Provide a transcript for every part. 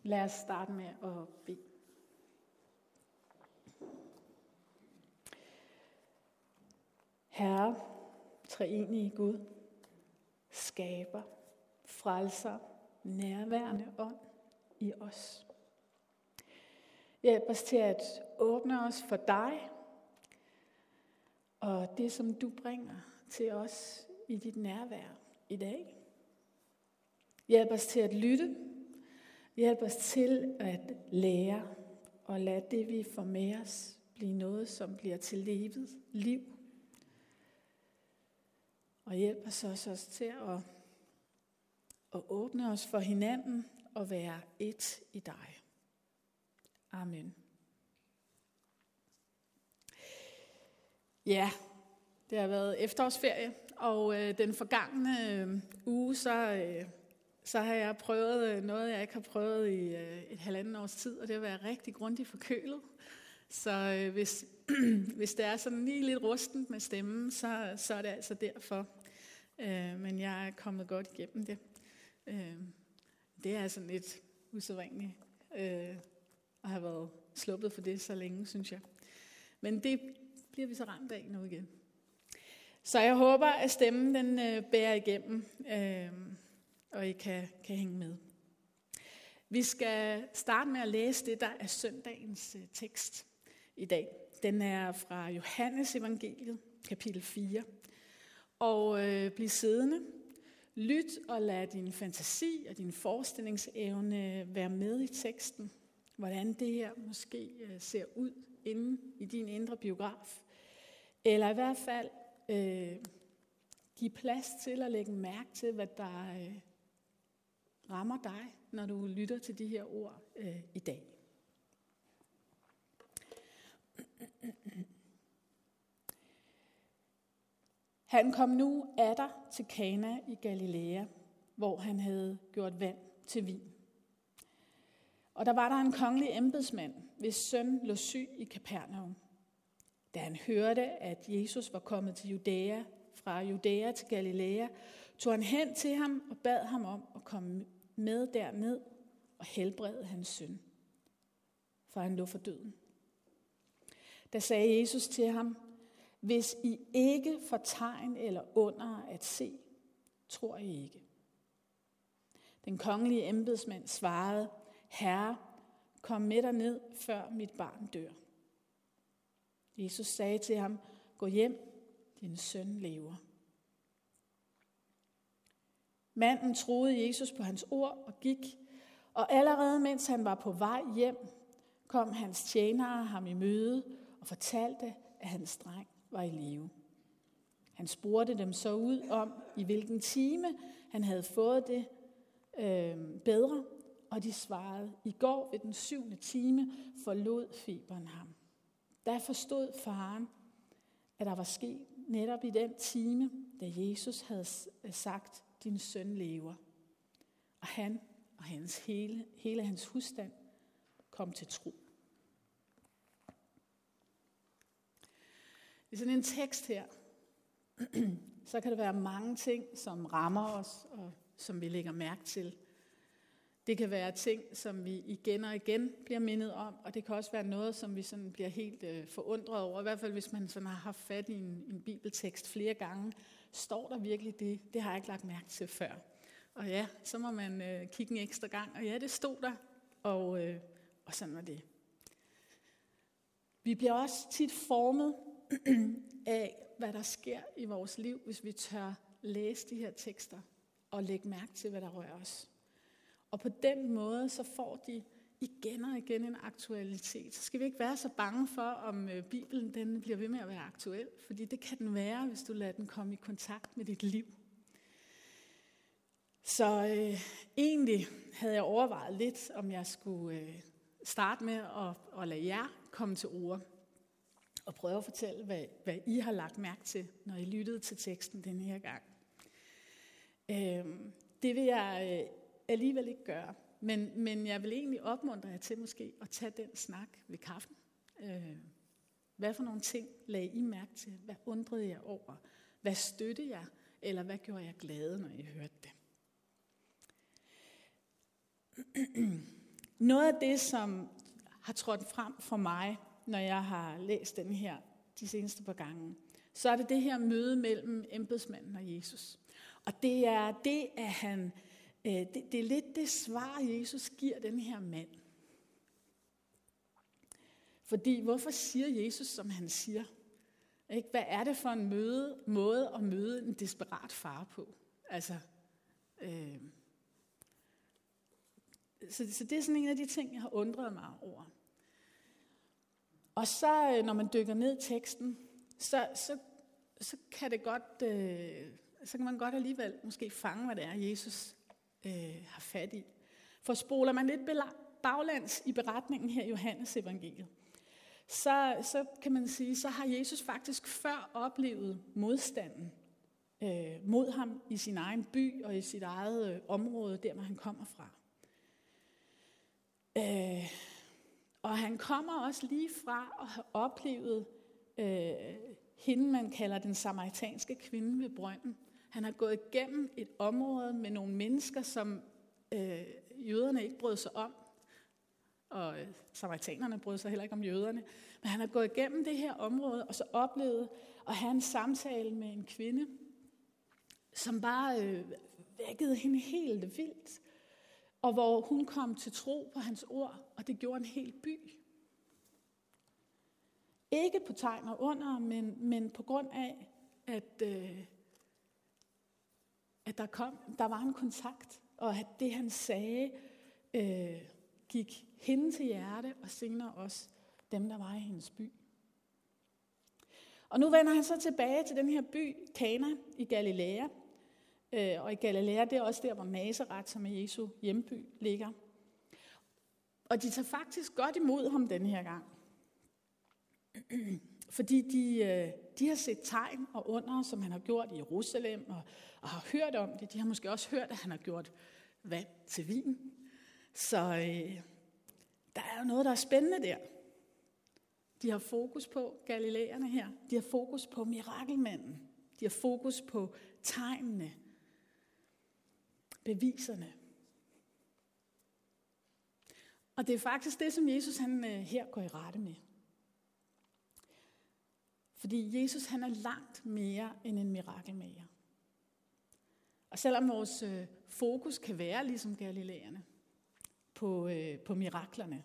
Lad os starte med at bede. Herre, treenige Gud, skaber, frelser, nærværende ånd i os. Hjælp os til at åbne os for dig, og det som du bringer til os i dit nærvær i dag. Hjælp os til at lytte, hjælp os til at lære, og lad det vi får med os blive noget, som bliver til liv. Og hjælp os også til at åbne os for hinanden og være ét i dig. Amen. Ja, det har været efterårsferie, og den forgangne uge, så har jeg prøvet noget, jeg ikke har prøvet i et halvandet års tid, og det har været rigtig grundigt forkølet. Så hvis det er sådan lige lidt rustent med stemmen, så er det altså derfor. Men jeg er kommet godt igennem det. Det er sådan lidt usædvanligt at have været sluppet for det så længe, synes jeg. Men det bliver vi så ramt af nu igen. Så jeg håber, at stemmen den bærer igennem, og I kan hænge med. Vi skal starte med at læse det, der er søndagens tekst i dag. Den er fra Johannes evangeliet, kapitel 4. Og bliv siddende. Lyt og lad din fantasi og din forestillingsevne være med i teksten. Hvordan det her måske ser ud inde i din indre biograf. Eller i hvert fald give plads til at lægge mærke til, hvad der rammer dig, når du lytter til de her ord i dag. Han kom nu atter til Kana i Galilea, hvor han havde gjort vand til vin. Og der var der en kongelig embedsmand, hvis søn lå syg i Kapernaum. Da han hørte, at Jesus var kommet til Judæa, fra Judæa til Galilea, tog han hen til ham og bad ham om at komme med derned og helbrede hans søn, for han lå for døden. Da sagde Jesus til ham: hvis I ikke får tegn eller under at se, tror I ikke. Den kongelige embedsmand svarede: Herre, kom med derned, før mit barn dør. Jesus sagde til ham: gå hjem, din søn lever. Manden troede Jesus på hans ord og gik, og allerede mens han var på vej hjem, kom hans tjenere ham i møde og fortalte, at hans dreng var i live. Han spurgte dem så ud om, i hvilken time han havde fået det bedre, og de svarede: i går ved den 7. time forlod feberen ham. Da forstod faren, at der var sket netop i den time, da Jesus havde sagt: din søn lever. Og han og hele hans husstand kom til tro. I sådan en tekst her, så kan der være mange ting, som rammer os, og som vi lægger mærke til. Det kan være ting, som vi igen og igen bliver mindet om, og det kan også være noget, som vi sådan bliver helt forundret over. I hvert fald, hvis man sådan har haft fat i en bibeltekst flere gange, står der virkelig det? Det har jeg ikke lagt mærke til før. Og ja, så må man kigge en ekstra gang, og ja, det stod der, og sådan var det. Vi bliver også tit formet af, hvad der sker i vores liv, hvis vi tør læse de her tekster og lægge mærke til, hvad der rører os. Og på den måde, så får de igen og igen en aktualitet. Så skal vi ikke være så bange for, om Bibelen den bliver ved med at være aktuel, fordi det kan den være, hvis du lader den komme i kontakt med dit liv. Så egentlig havde jeg overvejet lidt, om jeg skulle starte med at lade jer komme til ord og prøve at fortælle, hvad I har lagt mærke til, når I lyttede til teksten denne her gang. Det vil jeg alligevel ikke gøre, men jeg vil egentlig opmuntre jer til måske at tage den snak ved kaffen. Hvad for nogle ting lagde I mærke til? Hvad undrede jeg over? Hvad støttede jeg? Eller hvad gjorde jeg glade, når I hørte det? noget af det, som har trådt frem for mig, når jeg har læst den her de seneste par gange, så er det her møde mellem embedsmanden og Jesus. Og det er det, at han, det er lidt det svar, Jesus giver den her mand. Fordi hvorfor siger Jesus, som han siger? Ikke? Hvad er det for en måde at møde en desperat far på? Altså, så det er sådan en af de ting, jeg har undret mig over. Og så, når man dykker ned i teksten, så kan det godt, så kan man godt alligevel måske fange, hvad det er, Jesus har fat i. For spoler man lidt baglands i beretningen her i Johannes evangeliet, så kan man sige, så har Jesus faktisk før oplevet modstanden mod ham i sin egen by og i sit eget område, der hvor han kommer fra. Og han kommer også lige fra at have oplevet hende, man kalder den samaritanske kvinde ved brønden. Han har gået igennem et område med nogle mennesker, som jøderne ikke brød sig om. Og samaritanerne brød sig heller ikke om jøderne. Men han har gået igennem det her område, og så oplevet at have en samtale med en kvinde, som bare vækkede hende helt vildt. Og hvor hun kom til tro på hans ord, og det gjorde en hel by. Ikke på tegn og under, men på grund af, at der var en kontakt, og at det han sagde gik hende til hjerte, og senere også dem, der var i hendes by. Og nu vender han så tilbage til den her by, Kana i Galilea. Og i Galilea, det er også der, hvor Nazaret, som er Jesu hjemby, ligger. Og de tager faktisk godt imod ham den her gang. Fordi de har set tegn og under, som han har gjort i Jerusalem, og har hørt om det. De har måske også hørt, at han har gjort vand til vin. Så der er jo noget, der er spændende der. De har fokus på galilæerne her. De har fokus på mirakelmanden. De har fokus på tegnene. Beviserne. Og det er faktisk det, som Jesus han her går i rette med. Fordi Jesus han er langt mere end en mirakelmager. Og selvom vores fokus kan være ligesom galilæerne på miraklerne,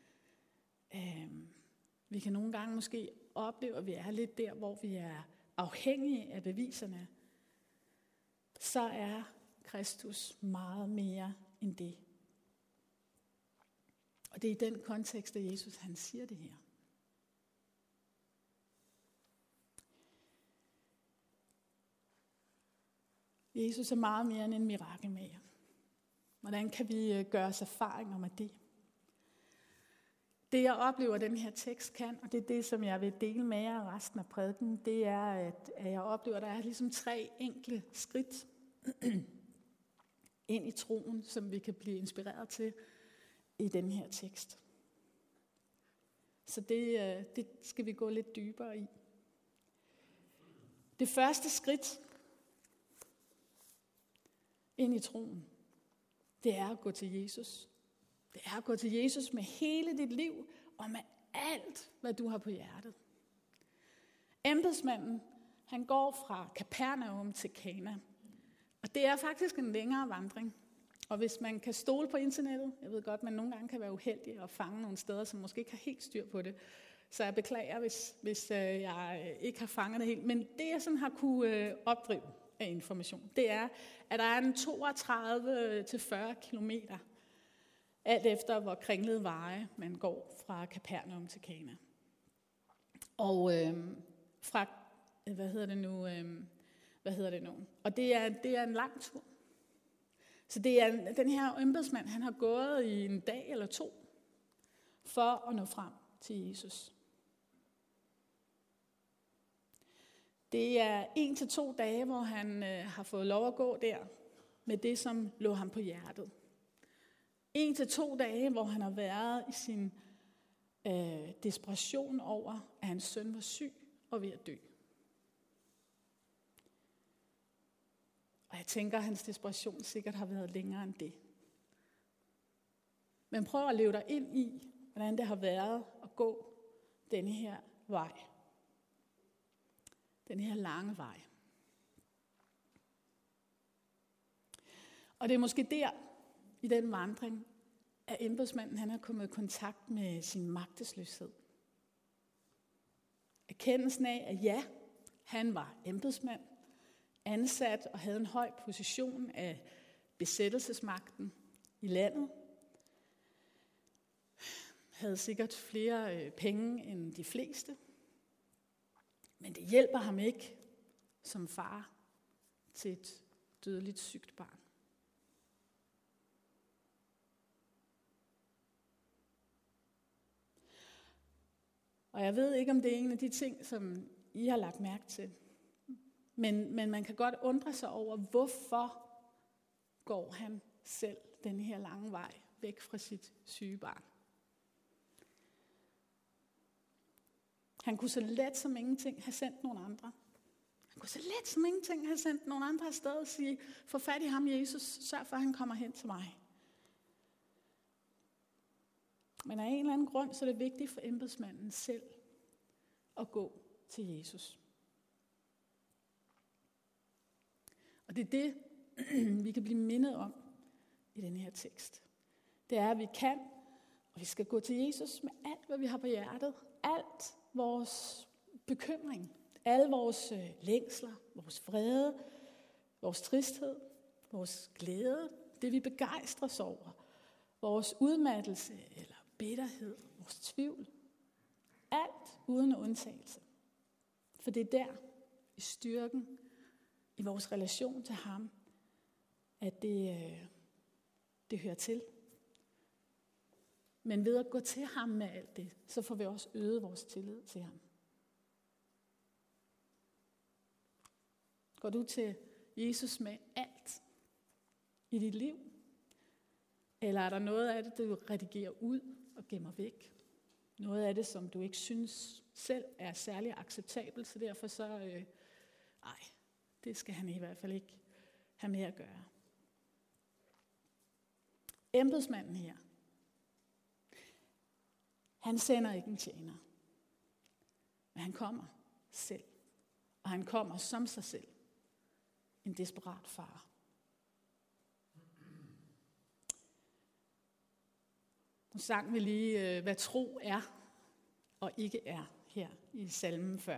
vi kan nogle gange måske opleve, at vi er lidt der, hvor vi er afhængige af beviserne, så er Kristus meget mere end det. Og det er i den kontekst, at Jesus han siger det her. Jesus er meget mere end en mirakelmager. Hvordan kan vi gøre os erfaringer med det? Det jeg oplever, den her tekst kan, og det er det, som jeg vil dele med jer resten af prædiken, det er, at jeg oplever, at der er ligesom 3 enkle skridt ind i troen, som vi kan blive inspireret til i den her tekst. Så det skal vi gå lidt dybere i. Det første skridt ind i troen, det er at gå til Jesus. Det er at gå til Jesus med hele dit liv og med alt, hvad du har på hjertet. Embedsmanden, han går fra Kapernaum til Kana. Og det er faktisk en længere vandring. Og hvis man kan stole på internettet, jeg ved godt, at man nogle gange kan være uheldig og fange nogle steder, som måske ikke har helt styr på det. Så jeg beklager, hvis jeg ikke har fanget det helt. Men det, jeg sådan har kunne opdrive af information, det er, at der er en 32-40 kilometer, alt efter hvor kringlede veje man går fra Kapernaum til Kana. Og fra, Og det er en lang tur. Så det er den her embedsmand, han har gået i en dag eller 2, for at nå frem til Jesus. Det er 1 til 2 dage, hvor han har fået lov at gå der, med det, som lå ham på hjertet. 1 til 2 dage, hvor han har været i sin desperation over, at hans søn var syg og ved at dø. Og jeg tænker, at hans desperation sikkert har været længere end det. Men prøv at leve dig ind i, hvordan det har været at gå denne her vej. Den her lange vej. Og det er måske der, i den vandring, at embedsmanden han er kommet i kontakt med sin magtesløshed. Erkendelsen af, at ja, han var embedsmand, ansat og havde en høj position af besættelsesmagten i landet. Havde sikkert flere penge end de fleste. Men det hjælper ham ikke som far til et dødeligt sygt barn. Og jeg ved ikke, om det er en af de ting, som I har lagt mærke til. Men man kan godt undre sig over, hvorfor går han selv den her lange vej væk fra sit syge barn. Han kunne så let som ingenting have sendt nogle andre. Han kunne så let som ingenting have sendt nogle andre afsted og sige, få fat i ham, Jesus, sørg for, at han kommer hen til mig. Men af en eller anden grund, så er det vigtigt for embedsmanden selv at gå til Jesus. Og det er det, vi kan blive mindet om i den her tekst. Det er, at vi kan, og vi skal gå til Jesus med alt, hvad vi har på hjertet. Alt vores bekymring, alle vores længsler, vores vrede, vores tristhed, vores glæde, det vi begejstres over, vores udmattelse eller bitterhed, vores tvivl. Alt uden undtagelse. For det er der, i styrken, i vores relation til ham, at det hører til. Men ved at gå til ham med alt det, så får vi også øget vores tillid til ham. Går du til Jesus med alt i dit liv? Eller er der noget af det, du redigerer ud og gemmer væk? Noget af det, som du ikke synes selv er særlig acceptabelt, så derfor så, det skal han i hvert fald ikke have med at gøre. Embedsmanden her, han sender ikke en tjener, men han kommer selv, og han kommer som sig selv, en desperat far. Nu sang vi lige, hvad tro er og ikke er her i salmen før.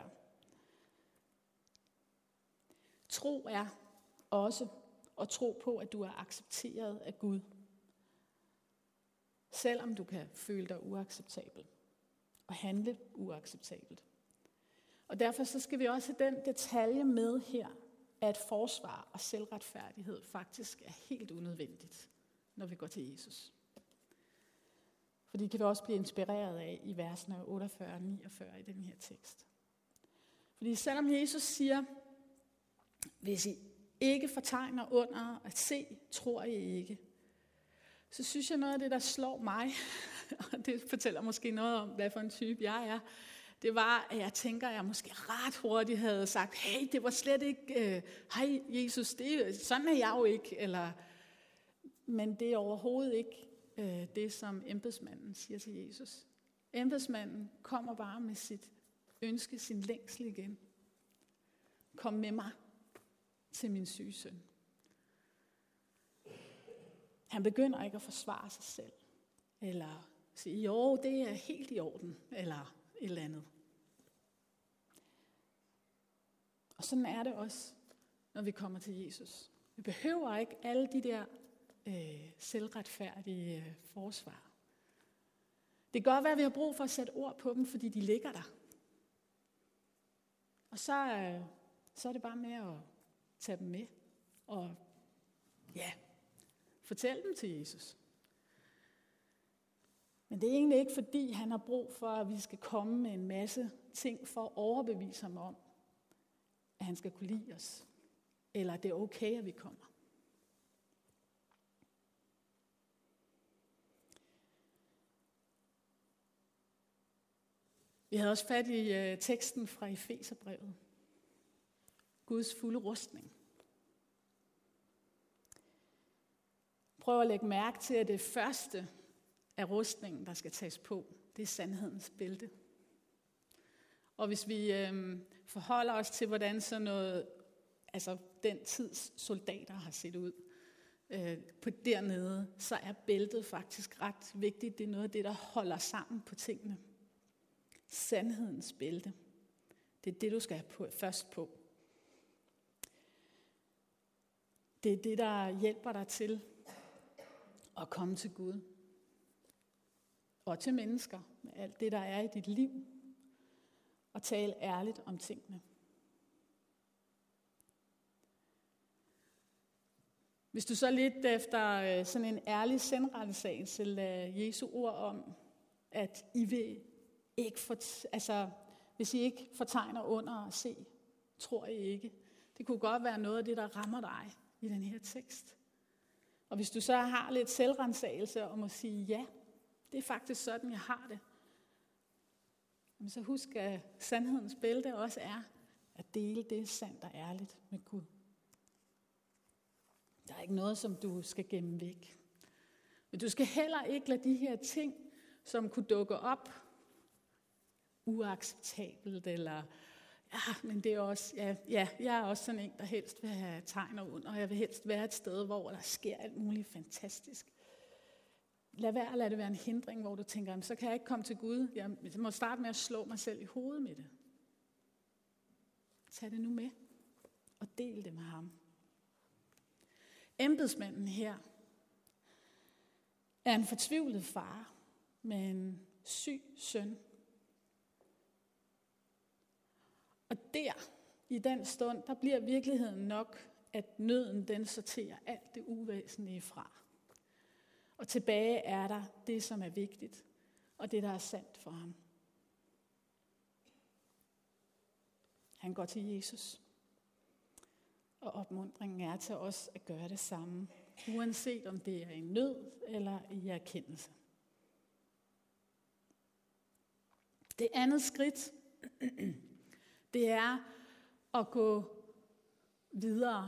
Tro er også at tro på, at du er accepteret af Gud, selvom du kan føle dig uacceptabel og handle uacceptabelt. Og derfor så skal vi også have den detalje med her, at forsvar og selvretfærdighed faktisk er helt unødvendigt, når vi går til Jesus. For det kan vi også blive inspireret af i versene 48 og 49 i den her tekst. Fordi selvom Jesus siger, hvis I ikke fortegner under at se, tror I ikke, så synes jeg noget af det, der slår mig, og det fortæller måske noget om, hvad for en type jeg er, det var, at jeg tænker, at jeg måske ret hurtigt havde sagt, hey, det var slet ikke, hej Jesus, sådan er jeg jo ikke, eller, men det er overhovedet ikke det, som embedsmanden siger til Jesus. Embedsmanden kommer bare med sit ønske, sin længsel igen. Kom med mig til min syge søn. Han begynder ikke at forsvare sig selv, eller sige, jo, det er helt i orden, eller et eller andet. Og sådan er det også, når vi kommer til Jesus. Vi behøver ikke alle de der selvretfærdige forsvar. Det kan godt være, at vi har brug for at sætte ord på dem, fordi de ligger der. Og så er det bare med at tage dem med og fortælle dem til Jesus. Men det er egentlig ikke, fordi han har brug for, at vi skal komme med en masse ting for at overbevise ham om, at han skal kunne lide os. Eller at det er okay, at vi kommer. Vi havde også fat i teksten fra Efeserbrevet. Guds fulde rustning. Prøv at lægge mærke til, at det første af rustningen, der skal tages på, det er sandhedens bælte. Og hvis vi forholder os til, hvordan sådan noget, altså den tids soldater har set ud på dernede, så er bæltet faktisk ret vigtigt. Det er noget af det, der holder sammen på tingene. Sandhedens bælte. Det er det, du skal have først på. Det er det, der hjælper dig til at komme til Gud. Og til mennesker, med alt det, der er i dit liv. Og tale ærligt om tingene. Hvis du så lidt efter sådan en ærlig sindrettesagelse lader Jesu ord om, at I vil ikke hvis I ikke fortegner under og se, tror I ikke. Det kunne godt være noget af det, der rammer dig i den her tekst. Og hvis du så har lidt selvrensagelse og må sige, ja, det er faktisk sådan, jeg har det. Så husk, at sandhedens bælte også er at dele det sandt og ærligt med Gud. Der er ikke noget, som du skal gemme væk. Men du skal heller ikke lade de her ting, som kunne dukke op, uacceptabelt, eller men det er også, jeg er også sådan en, der helst vil have tegner under, og jeg vil helst være et sted, hvor der sker alt muligt fantastisk. Lad det være en hindring, hvor du tænker, så kan jeg ikke komme til Gud. Jeg må starte med at slå mig selv i hovedet med det. Tag det nu med, og del det med ham. Embedsmanden her er en fortvivlet far med en syg søn. Og der, i den stund, der bliver virkeligheden nok, at nøden den sorterer alt det uvæsentlige fra. Og tilbage er der det, som er vigtigt, og det, der er sandt for ham. Han går til Jesus. Og opmuntringen er til os at gøre det samme, uanset om det er i nød eller i erkendelse. Det andet skridt, det er at gå videre.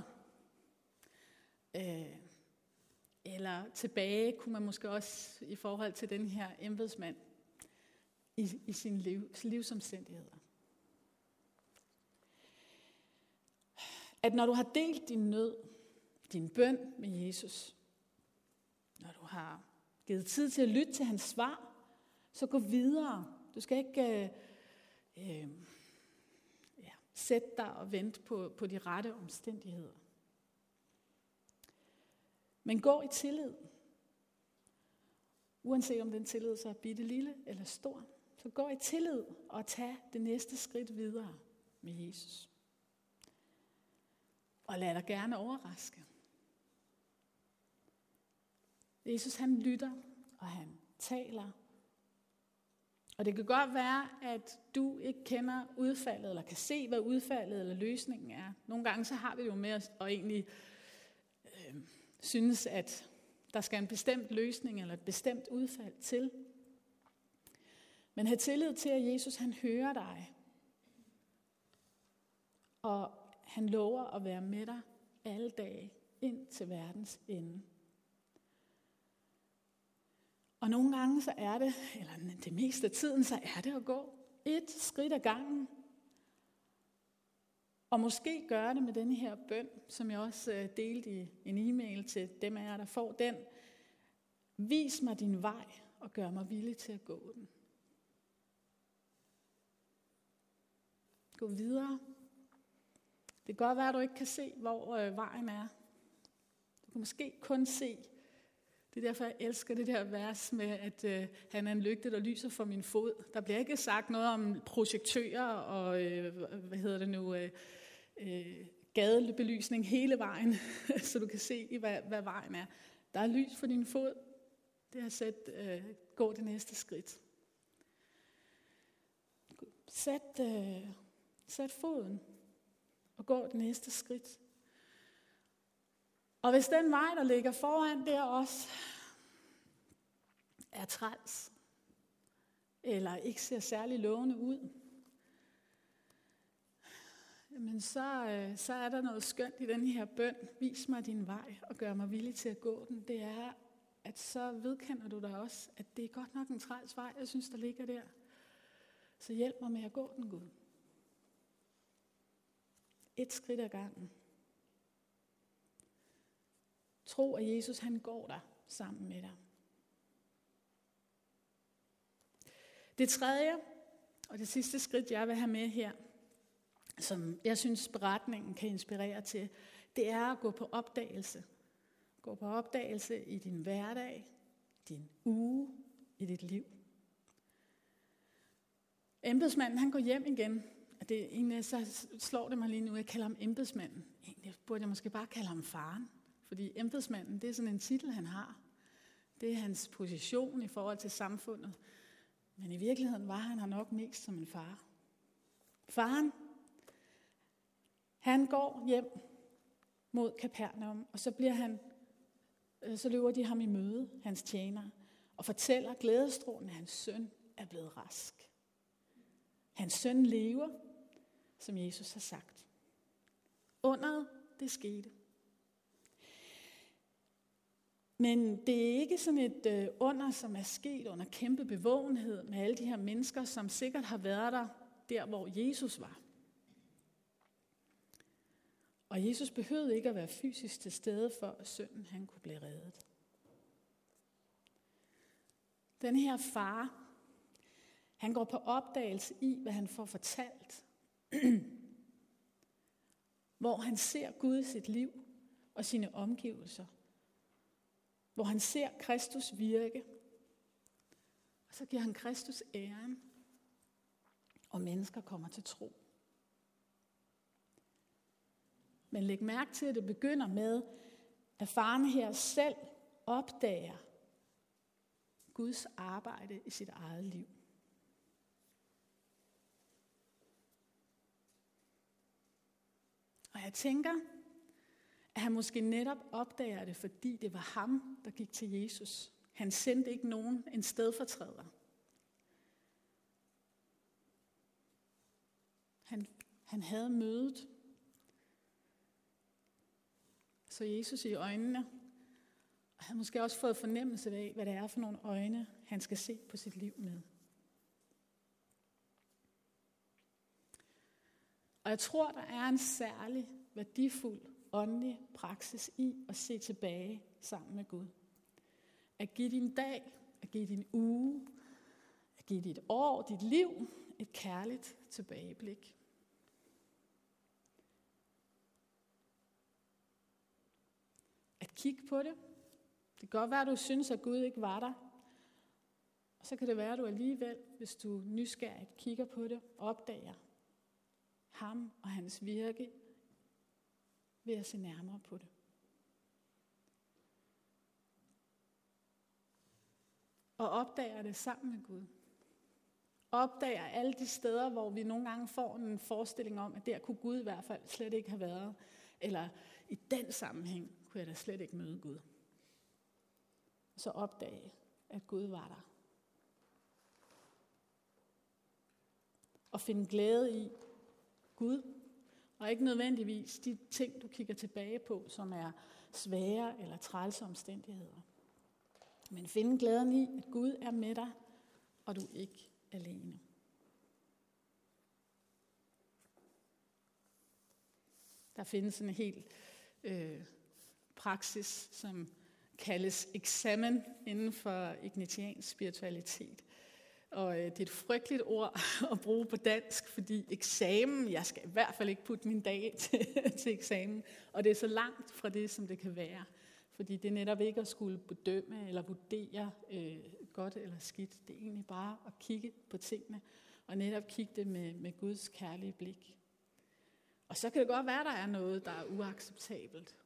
Eller tilbage, kunne man måske også i forhold til den her embedsmand i sin livsomstændigheder. At når du har delt din nød, din bøn med Jesus, når du har givet tid til at lytte til hans svar, så gå videre. Du skal ikke sætte dig og vente på de rette omstændigheder. Men gå i tillid. Uanset om den tillid så er bitte lille eller stor, så gå i tillid og tag det næste skridt videre med Jesus. Og lad dig gerne overraske. Jesus han lytter, og han taler. Og det kan godt være, at du ikke kender udfaldet, eller kan se, hvad udfaldet eller løsningen er. Nogle gange så har vi det jo med at egentlig synes, at der skal en bestemt løsning eller et bestemt udfald til. Men have tillid til, at Jesus han hører dig. Og han lover at være med dig alle dage ind til verdens ende. Og nogle gange så er det, eller det meste af tiden, så er det at gå et skridt ad gangen. Og måske gøre det med denne her bøn, som jeg også delte i en e-mail til dem af jer, der får den. Vis mig din vej og gør mig villig til at gå den. Gå videre. Det kan godt være, at du ikke kan se, hvor vejen er. Du kan måske kun se. Det er derfor, jeg elsker det der vers med, at han er en lygte, der lyser for min fod. Der bliver ikke sagt noget om projektører og, gadebelysning hele vejen, så du kan se, hvad vejen er. Der er lys for din fod. Det er at gå det næste skridt. Sæt foden og gå det næste skridt. Og hvis den vej, der ligger foran der også, er træls, eller ikke ser særlig lovende ud, men så er der noget skønt i den her bøn. Vis mig din vej og gør mig villig til at gå den. Det er at så vedkender du dig også, at det er godt nok en træls vej, jeg synes, der ligger der. Så hjælp mig med at gå den, Gud. Et skridt ad gangen. Tro, at Jesus han går der sammen med dig. Det tredje og det sidste skridt, jeg vil have med her, som jeg synes beretningen kan inspirere til, det er at gå på opdagelse. Gå på opdagelse i din hverdag, din uge, i dit liv. Embedsmanden, han går hjem igen. Egentlig så slår det mig lige nu, at jeg kalder ham embedsmanden. Egentlig burde jeg måske bare kalde ham faren. Fordi embedsmanden, det er sådan en titel, han har. Det er hans position i forhold til samfundet. Men i virkeligheden var han her nok mest som en far. Faren, han går hjem mod Kapernaum, og så løber de ham i møde, hans tjenere, og fortæller glædestrålende, at hans søn er blevet rask. Hans søn lever, som Jesus har sagt. Underet, det skete. Men det er ikke sådan et under, som er sket under kæmpe bevågenhed med alle de her mennesker, som sikkert har været der hvor Jesus var. Og Jesus behøvede ikke at være fysisk til stede, for at sønnen han kunne blive reddet. Den her far, han går på opdagelse i, hvad han får fortalt. Hvor han ser Gud i sit liv og sine omgivelser. Hvor han ser Kristus virke. Og så giver han Kristus æren, og mennesker kommer til tro. Men læg mærke til, at det begynder med, at faren her selv opdager Guds arbejde i sit eget liv. Og jeg tænker, at han måske netop opdager det, fordi det var ham, der gik til Jesus. Han sendte ikke nogen en stedfortræder. Han havde mødet. Så Jesus i øjnene, og han måske også fået fornemmelse af, hvad det er for nogle øjne, han skal se på sit liv med. Og jeg tror, der er en særlig værdifuld åndelig praksis i at se tilbage sammen med Gud. At give din dag, at give din uge, at give dit år, dit liv et kærligt tilbageblik. At kigge på det. Det kan godt være, at du synes, at Gud ikke var der. Og så kan det være, at du alligevel, hvis du nysgerrigt kigger på det, opdager ham og hans virke ved at se nærmere på det. Og opdager det sammen med Gud. Opdager alle de steder, hvor vi nogle gange får en forestilling om, at der kunne Gud i hvert fald slet ikke have været. Eller i den sammenhæng kunne jeg da slet ikke møde Gud. Så opdage, at Gud var der. Og finde glæde i Gud, og ikke nødvendigvis de ting, du kigger tilbage på, som er svære eller trælse omstændigheder. Men finde glæden i, at Gud er med dig, og du er ikke alene. Der findes en helt praksis, som kaldes eksamen inden for ignatiansk spiritualitet. Og det er et frygteligt ord at bruge på dansk, fordi eksamen, jeg skal i hvert fald ikke putte min dag til eksamen. Og det er så langt fra det, som det kan være. Fordi det er netop ikke at skulle bedømme eller vurdere godt eller skidt. Det er egentlig bare at kigge på tingene, og netop kigge det med Guds kærlige blik. Og så kan det godt være, der er noget, der er uacceptabelt.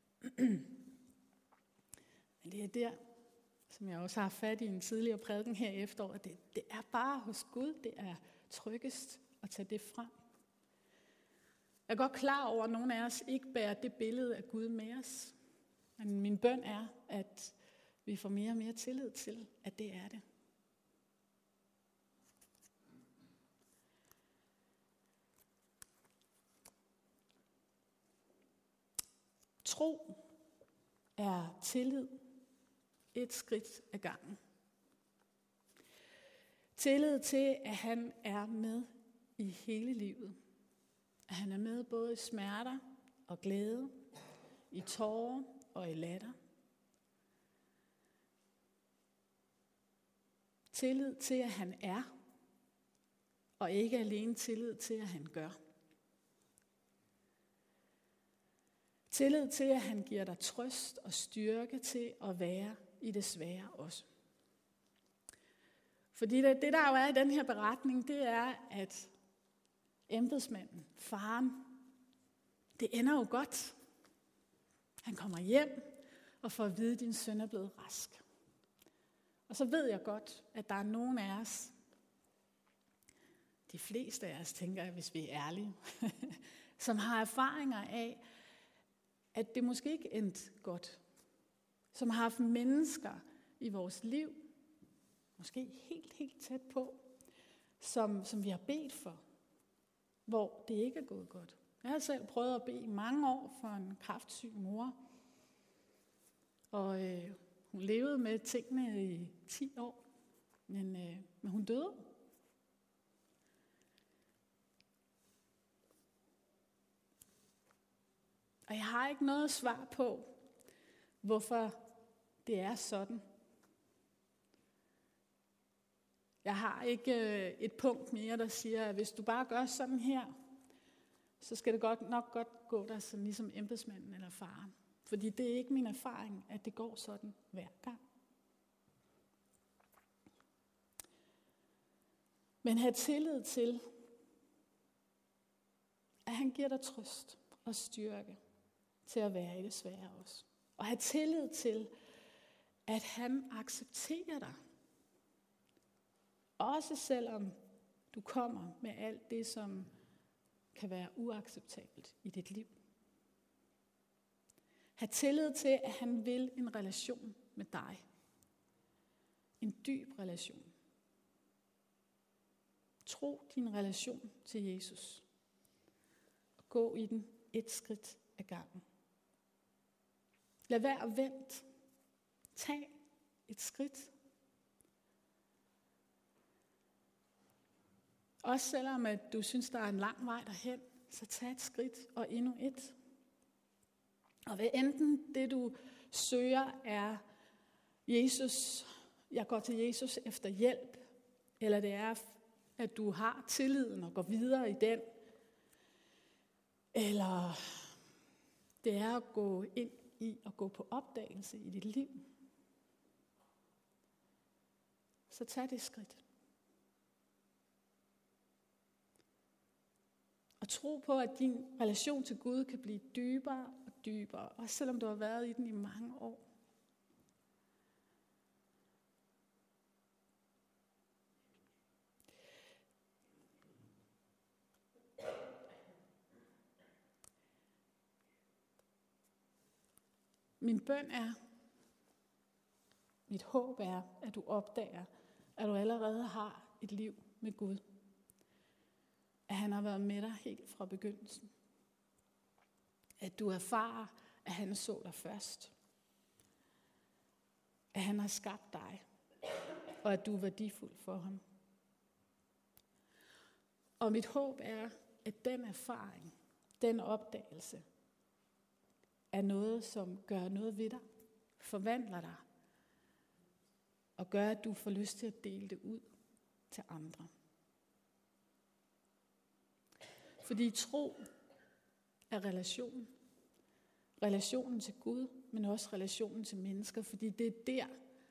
Men det er der, som jeg også har fat i en tidligere prædiken her i efteråret, det er bare hos Gud, det er tryggest at tage det frem. Jeg er godt klar over, at nogle af os ikke bærer det billede af Gud med os. Men min bøn er, at vi får mere og mere tillid til, at det er det. Tro er tillid Et skridt ad gangen. Tillid til, at han er med i hele livet. At han er med både i smerter og glæde, i tårer og i latter. Tillid til, at han er, og ikke alene tillid til, at han gør. Tillid til, at han giver dig trøst og styrke til at være i det svære også. Fordi det der jo er i den her beretning, det er, at embedsmanden, faren, det ender jo godt. Han kommer hjem og får at vide, at din søn er blevet rask. Og så ved jeg godt, at der er nogen af os, de fleste af os, tænker jeg, hvis vi er ærlige, som har erfaringer af, at det måske ikke endte godt. Som har haft mennesker i vores liv, måske helt tæt på, som vi har bedt for, hvor det ikke er gået godt. Jeg har selv prøvet at bede i mange år for en kræftsyg mor, og hun levede med tingene i 10 år, men hun døde. Og jeg har ikke noget svar på, hvorfor det er sådan. Jeg har ikke et punkt mere, der siger, at hvis du bare gør sådan her, så skal det nok godt gå der sådan ligesom embedsmanden eller faren. Fordi det er ikke min erfaring, at det går sådan hver gang. Men have tillid til, at han giver dig trøst og styrke til at være i det svære også. Og have tillid til, at han accepterer dig. Også selvom du kommer med alt det, som kan være uacceptabelt i dit liv. Ha' tillid til, at han vil en relation med dig. En dyb relation. Tro din relation til Jesus. Og gå i den et skridt ad gangen. Lad være at vente. Tag et skridt. Også selvom at du synes, der er en lang vej derhen, så tag et skridt og endnu et. Og hvad enten det du søger er Jesus, jeg går til Jesus efter hjælp, eller det er, at du har tilliden og går videre i den, eller det er at gå ind i og gå på opdagelse i dit liv, så tag det skridt. Og tro på, at din relation til Gud kan blive dybere og dybere, også selvom du har været i den i mange år. Min bøn er, mit håb er, at du opdager, at du allerede har et liv med Gud. At han har været med dig helt fra begyndelsen. At du erfarer, at han så dig først. At han har skabt dig. Og at du er værdifuld for ham. Og mit håb er, at den erfaring, den opdagelse, er noget, som gør noget ved dig, forvandler dig, og gør, at du får lyst til at dele det ud til andre. Fordi tro er relation. Relationen til Gud, men også relationen til mennesker. Fordi det er der,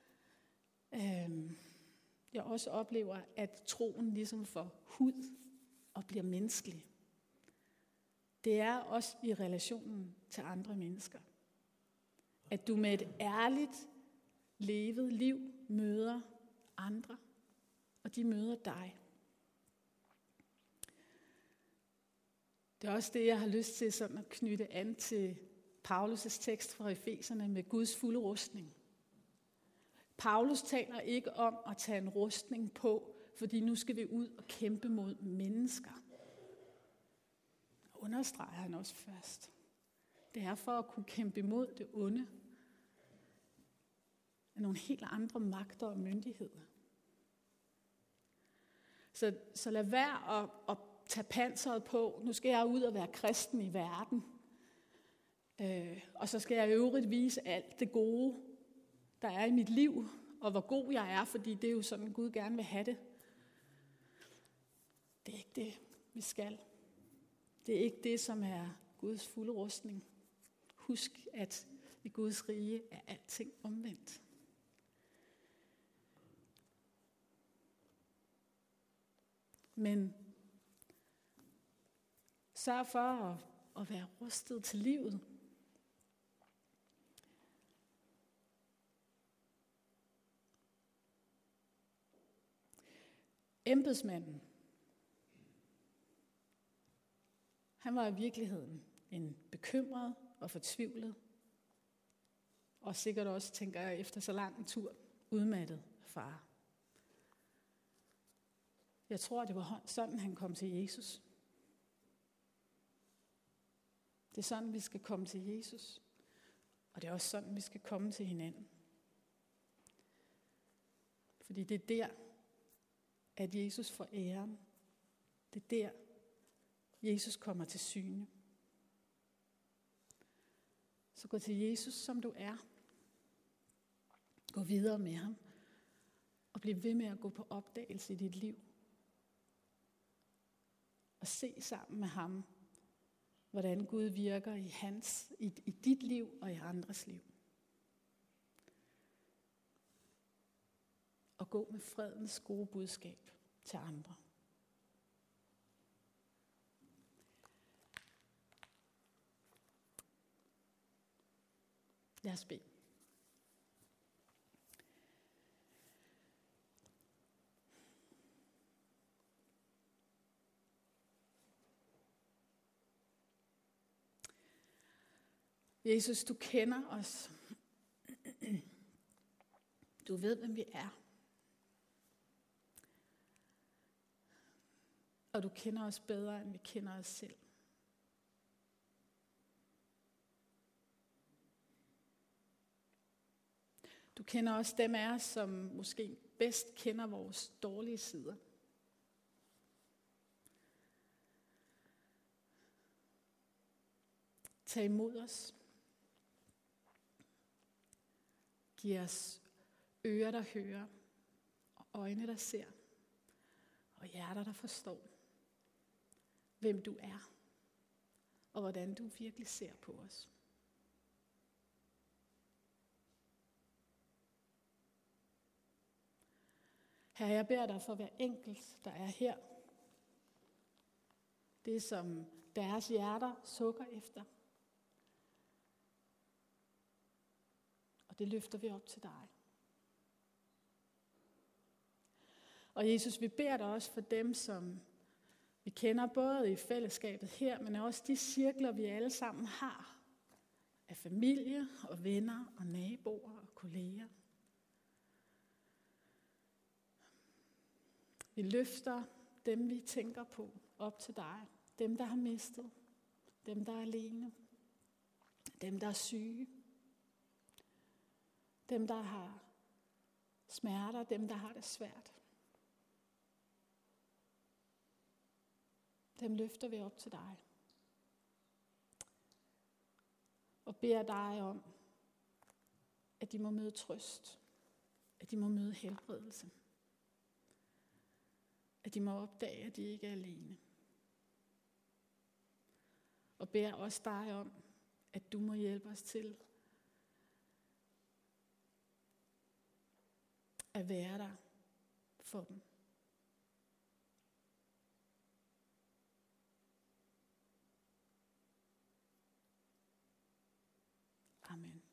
jeg også oplever, at troen ligesom får hud og bliver menneskelig. Det er også i relationen til andre mennesker. At du med et ærligt, levet liv møder andre, og de møder dig. Det er også det, jeg har lyst til sådan at knytte an til Paulus' tekst fra Efeserne med Guds fulde rustning. Paulus taler ikke om at tage en rustning på, fordi nu skal vi ud og kæmpe mod mennesker. Understreger han også først. Det er for at kunne kæmpe imod det onde. af nogle helt andre magter og myndigheder. Så lad være at tage panseret på. Nu skal jeg ud og være kristen i verden. Og så skal jeg i øvrigt vise alt det gode, der er i mit liv, og hvor god jeg er, fordi det er jo sådan, Gud gerne vil have det. Det er ikke det, vi skal. Det er ikke det, som er Guds fulde rustning. Husk, at i Guds rige er alting omvendt. Men sørg for at være rustet til livet. Embedsmanden, han var i virkeligheden en bekymret og fortvivlet, og sikkert også, tænker jeg, efter så lang en tur, udmattet far. Jeg tror, det var sådan, han kom til Jesus. Det er sådan, vi skal komme til Jesus, og det er også sådan, vi skal komme til hinanden. Fordi det er der, at Jesus får æren. Det er der, Jesus kommer til syne. Så gå til Jesus, som du er. Gå videre med ham. Og bliv ved med at gå på opdagelse i dit liv. Og se sammen med ham, hvordan Gud virker i dit liv og i andres liv. Og gå med fredens gode budskab til andre. Lad os bede. Jesus, du kender os. Du ved, hvem vi er. Og du kender os bedre, end vi kender os selv. Du kender også dem af os, som måske bedst kender vores dårlige sider. Tag imod os. Giv os ører, der hører, og øjne, der ser, og hjerter, der forstår, hvem du er, og hvordan du virkelig ser på os. Herre, jeg beder dig for hver enkelt, der er her. Det, som deres hjerter sukker efter. Og det løfter vi op til dig. Og Jesus, vi beder dig også for dem, som vi kender både i fællesskabet her, men også de cirkler, vi alle sammen har. Af familie og venner og naboer og kolleger. Vi løfter dem, vi tænker på, op til dig. Dem, der har mistet. Dem, der er alene. Dem, der er syge. Dem, der har smerter. Dem, der har det svært. Dem løfter vi op til dig. Og beder dig om, at de må møde trøst. At de må møde helbredelse. At de må opdage, at de ikke er alene. Og beder også dig om, at du må hjælpe os til at være der for dem. Amen.